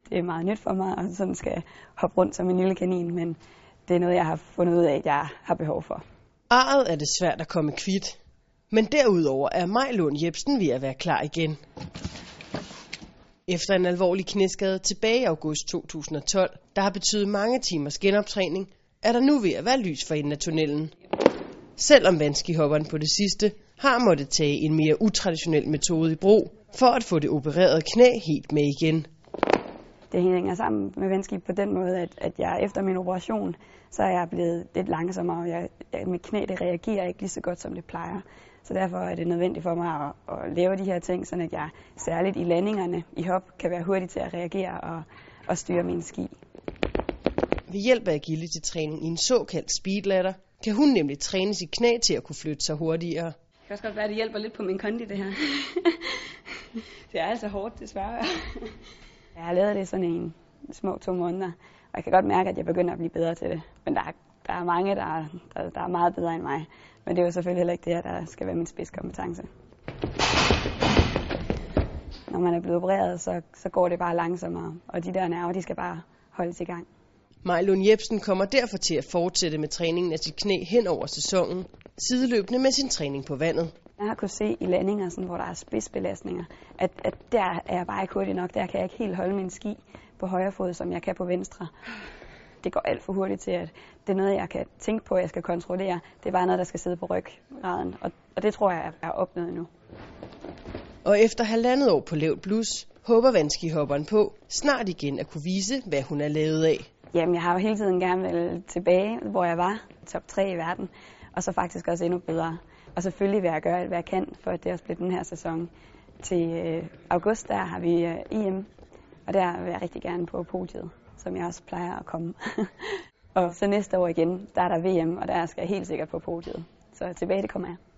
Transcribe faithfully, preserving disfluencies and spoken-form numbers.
det er meget nyt for mig, og sådan skal hoppe rundt som en lille kanin, men det er noget, jeg har fundet ud af, at jeg har behov for. Arret er det svært at komme kvit, men derudover er Maj Lund Jepsen ved at være klar igen. Efter en alvorlig knæskade tilbage i august to tusind og tolv, der har betydet mange timers genoptræning, er der nu ved at være lys for enden af tunnelen. Selvom vandskihopperen på det sidste har måttet tage en mere utraditionel metode i brug, for at få det opererede knæ helt med igen. Det hænger sammen med vandski på den måde, at, at jeg efter min operation, så er jeg blevet lidt langsommere, og jeg, mit knæ det reagerer ikke lige så godt, som det plejer. Så derfor er det nødvendigt for mig at, at lave de her ting, så at jeg særligt i landingerne i hop kan være hurtig til at reagere og, og styre min ski. Ved hjælp af agility-træning i en såkaldt speedladder, kan hun nemlig træne sit knæ til at kunne flytte sig hurtigere. Det kan også godt være, at det hjælper lidt på min kondi, det her. Det er altså hårdt, desværre. Jeg har lavet det sådan i en små to måneder, og jeg kan godt mærke, at jeg begynder at blive bedre til det. Men der er, der er mange, der er, der, der er meget bedre end mig. Men det er jo selvfølgelig heller ikke det her, der skal være min spidskompetence. Når man er blevet opereret, så, så går det bare langsommere, og de der nerver, de skal bare holdes i gang. Maj Lund Jepsen kommer derfor til at fortsætte med træningen af sit knæ hen over sæsonen, sideløbende med sin træning på vandet. Jeg har kunnet se i landinger, sådan, hvor der er spidsbelastninger, at, at der er jeg bare ikke hurtig nok. Der kan jeg ikke helt holde min ski på højre fod, som jeg kan på venstre. Det går alt for hurtigt til, at det er noget, jeg kan tænke på, at jeg skal kontrollere. Det er bare noget, der skal sidde på ryggraden, og, og det tror jeg er opnået nu. Og efter halvandet år på lavt blus, håber vandskihopperen på snart igen at kunne vise, hvad hun er lavet af. Jamen, jeg har jo hele tiden gerne vil tilbage, hvor jeg var, top tre i verden, og så faktisk også endnu bedre. Og selvfølgelig vil jeg gøre alt, hvad jeg kan, for at det også bliver den her sæson. Til øh, august, der har vi øh, E M, og der vil jeg rigtig gerne på podiet, som jeg også plejer at komme. Og så næste år igen, der er der V M, og der skal jeg helt sikkert på podiet. Så tilbage, det kommer jeg.